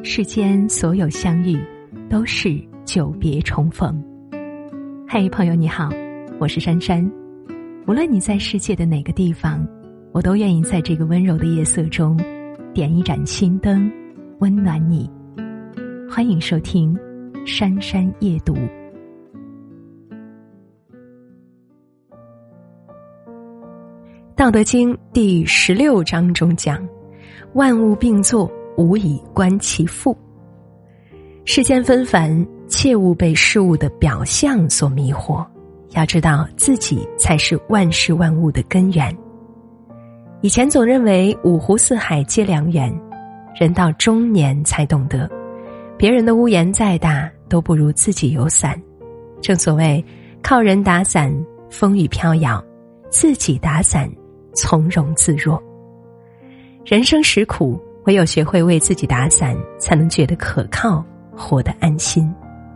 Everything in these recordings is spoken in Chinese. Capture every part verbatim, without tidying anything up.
世间所有相遇，都是久别重逢。嘿，朋友你好，我是珊珊。无论你在世界的哪个地方，我都愿意在这个温柔的夜色中，点一盏心灯，温暖你。欢迎收听珊珊夜读。道德经第十六章中讲，万物并作，无以观其复。世间纷繁，切勿被事物的表象所迷惑，要知道自己才是万事万物的根源。以前总认为五湖四海皆良缘，人到中年才懂得，别人的屋檐再大都不如自己有伞。正所谓靠人打伞，风雨飘摇，自己打伞，从容自若。人生实苦，唯有学会为自己打伞，才能觉得可靠，活得安心。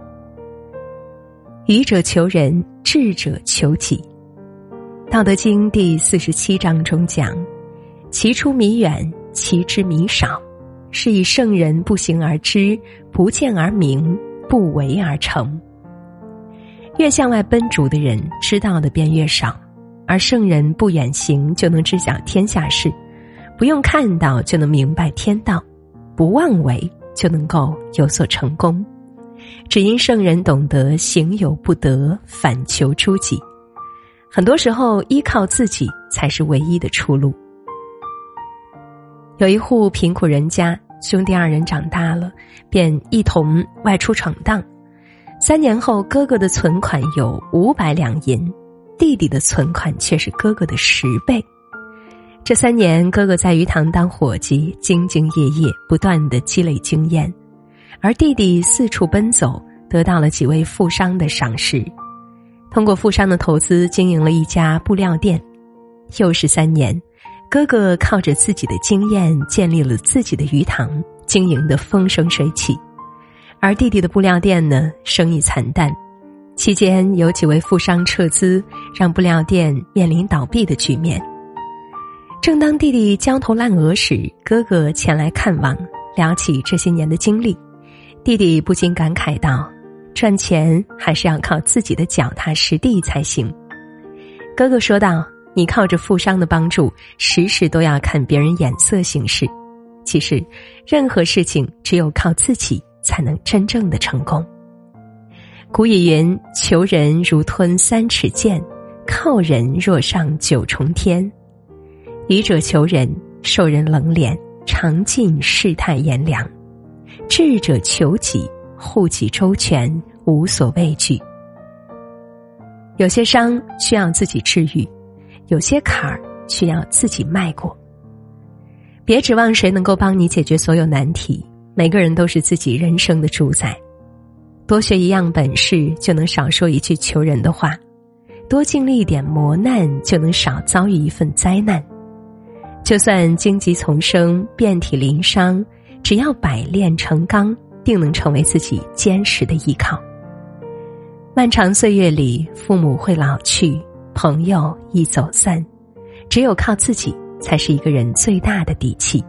愚者求人，智者求己。道德经第四十七章中讲，其出弥远，其知弥少，是以圣人不行而知，不见而明，不为而成。越向外奔逐的人，知道的便越少，而圣人不远行就能知晓天下事，不用看到就能明白天道，不妄为就能够有所成功。只因圣人懂得行有不得，反求诸己。很多时候依靠自己才是唯一的出路。有一户贫苦人家，兄弟二人长大了，便一同外出闯荡。三年后，哥哥的存款有五百两银，弟弟的存款却是哥哥的十倍。这三年，哥哥在鱼塘当伙计，兢兢业业，不断地积累经验，而弟弟四处奔走，得到了几位富商的赏识。通过富商的投资，经营了一家布料店。又是三年，哥哥靠着自己的经验，建立了自己的鱼塘，经营得风生水起。而弟弟的布料店呢，生意惨淡。期间有几位富商撤资，让布料店面临倒闭的局面。正当弟弟焦头烂额时，哥哥前来看望，聊起这些年的经历。弟弟不禁感慨道，赚钱还是要靠自己的脚踏实地才行。哥哥说道，你靠着富商的帮助，时时都要看别人眼色行事。其实任何事情只有靠自己才能真正的成功。古语云，求人如吞三尺剑，靠人若上九重天。愚者求人，受人冷脸，尝尽世态炎凉。智者求己，护己周全，无所畏惧。有些伤需要自己治愈，有些坎儿需要自己迈过。别指望谁能够帮你解决所有难题，每个人都是自己人生的主宰。多学一样本事，就能少说一句求人的话；多经历一点磨难，就能少遭遇一份灾难。就算荆棘丛生，遍体鳞伤，只要百炼成钢，定能成为自己坚实的依靠。漫长岁月里，父母会老去，朋友易走散，只有靠自己，才是一个人最大的底气。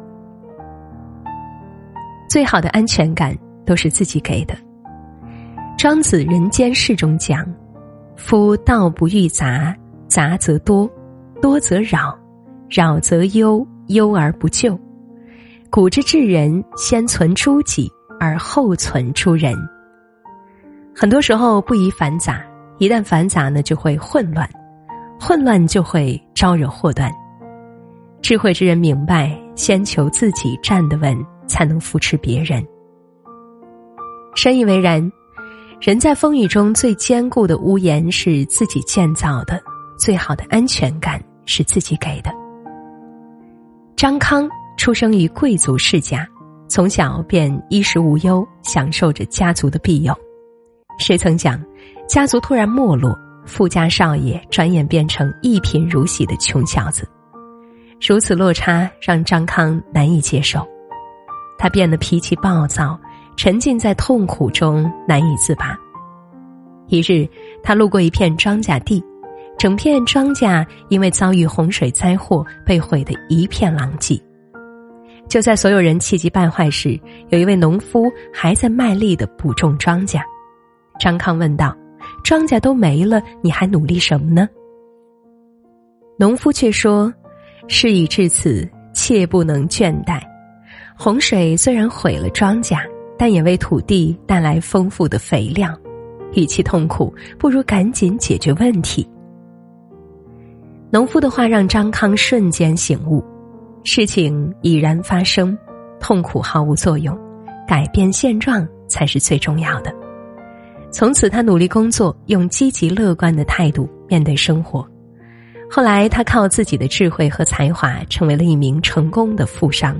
最好的安全感都是自己给的。庄子人间世中讲，夫道不欲杂，杂则多，多则扰，扰则忧，忧而不救。古之治人，先存诸己，而后存诸人。很多时候不宜繁杂，一旦繁杂呢，就会混乱，混乱就会招惹祸端。智慧之人明白，先求自己站得稳，才能扶持别人。深以为然，人在风雨中最坚固的屋檐是自己建造的，最好的安全感是自己给的。张康出生于贵族世家，从小便衣食无忧，享受着家族的庇佑。谁曾想，家族突然没落，富家少爷转眼变成一贫如洗的穷小子。如此落差让张康难以接受，他变得脾气暴躁，沉浸在痛苦中难以自拔。一日，他路过一片庄稼地，整片庄稼因为遭遇洪水灾祸被毁得一片狼藉。 就在所有人气急败坏时，有一位农夫还在卖力地补种庄稼。张康问道：庄稼都没了，你还努力什么呢？农夫却说：事已至此，切不能倦怠。洪水虽然毁了庄稼，但也为土地带来丰富的肥料。与其痛苦，不如赶紧解决问题。农夫的话让张康瞬间醒悟，事情已然发生，痛苦毫无作用，改变现状才是最重要的。从此他努力工作，用积极乐观的态度面对生活。后来他靠自己的智慧和才华，成为了一名成功的富商。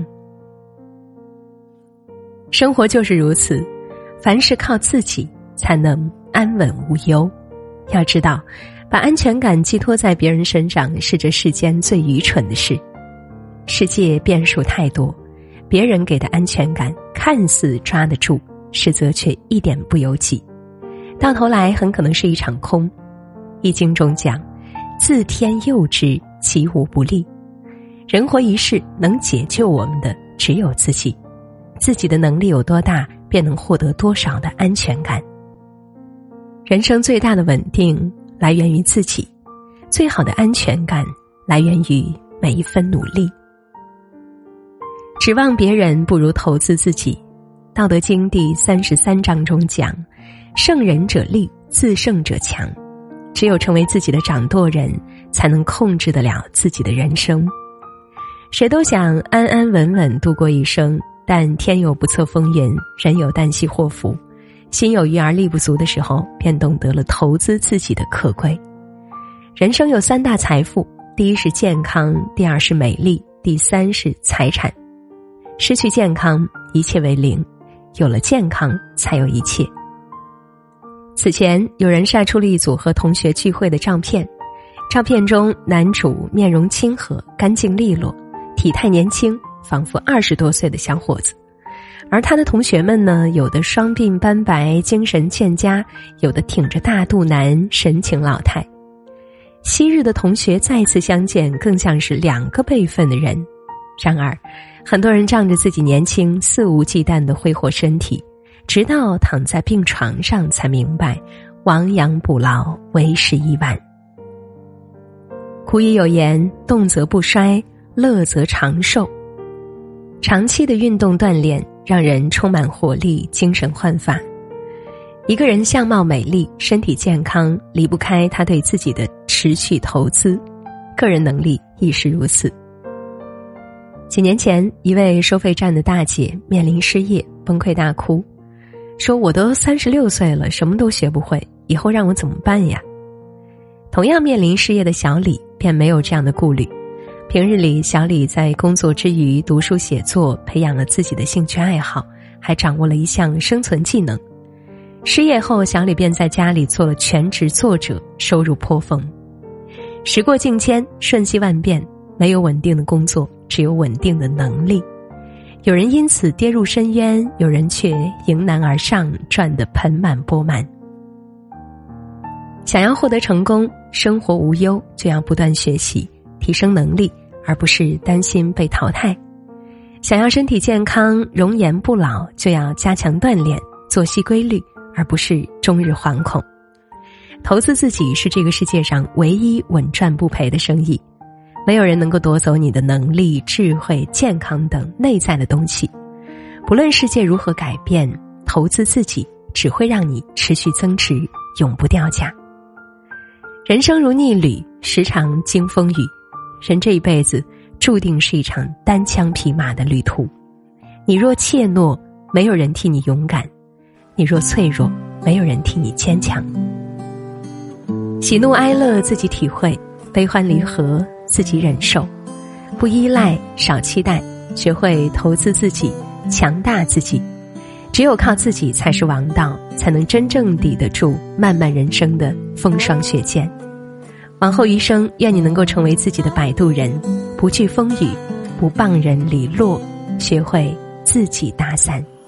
生活就是如此，凡事靠自己才能安稳无忧。要知道，把安全感寄托在别人身上是这世间最愚蠢的事。世界变数太多，别人给的安全感看似抓得住，实则却一点不由己，到头来很可能是一场空。易经中讲：自天佑之，其无不利。人活一世，能解救我们的只有自己，自己的能力有多大，便能获得多少的安全感。人生最大的稳定来源于自己，最好的安全感来源于每一分努力。指望别人不如投资自己。道德经第三十三章中讲：胜人者力，自胜者强。只有成为自己的掌舵人，才能控制得了自己的人生。谁都想安安稳稳度过一生，但天有不测风云，人有旦夕祸福。心有余而力不足的时候，便懂得了投资自己的可贵。人生有三大财富，第一是健康，第二是美丽，第三是财产。失去健康，一切为零；有了健康，才有一切。此前有人晒出了一组和同学聚会的照片，照片中男主面容亲和，干净利落，体态年轻，仿佛二十多岁的小伙子。而他的同学们呢，有的双鬓斑白，精神欠佳，有的挺着大肚腩，神情老态。昔日的同学再次相见，更像是两个辈分的人。然而很多人仗着自己年轻，肆无忌惮地挥霍身体，直到躺在病床上才明白，亡羊补牢，为时已晚。古语有言：动则不衰，乐则长寿。长期的运动锻炼让人充满活力，精神焕发。一个人相貌美丽，身体健康，离不开他对自己的持续投资，个人能力亦是如此。几年前，一位收费站的大姐面临失业，崩溃大哭，说：我都三十六岁了，什么都学不会，以后让我怎么办呀？同样面临失业的小李便没有这样的顾虑。平日里，小李在工作之余读书写作，培养了自己的兴趣爱好，还掌握了一项生存技能。失业后，小李便在家里做了全职作者，收入颇丰。时过境迁，瞬息万变，没有稳定的工作，只有稳定的能力。有人因此跌入深渊，有人却迎难而上，赚得盆满钵满。想要获得成功，生活无忧，就要不断学习，提升能力，而不是担心被淘汰。想要身体健康，容颜不老，就要加强锻炼，作息规律，而不是终日惶恐。投资自己是这个世界上唯一稳赚不赔的生意，没有人能够夺走你的能力、智慧、健康等内在的东西。不论世界如何改变，投资自己只会让你持续增值，永不掉价。人生如逆旅，时常经风雨，人这一辈子注定是一场单枪匹马的旅途。你若怯懦，没有人替你勇敢；你若脆弱，没有人替你坚强。喜怒哀乐自己体会，悲欢离合自己忍受，不依赖，少期待，学会投资自己，强大自己。只有靠自己才是王道，才能真正抵得住漫漫人生的风霜雪剑。往后余生，愿你能够成为自己的摆渡人，不惧风雨，不傍人篱落，学会自己打伞。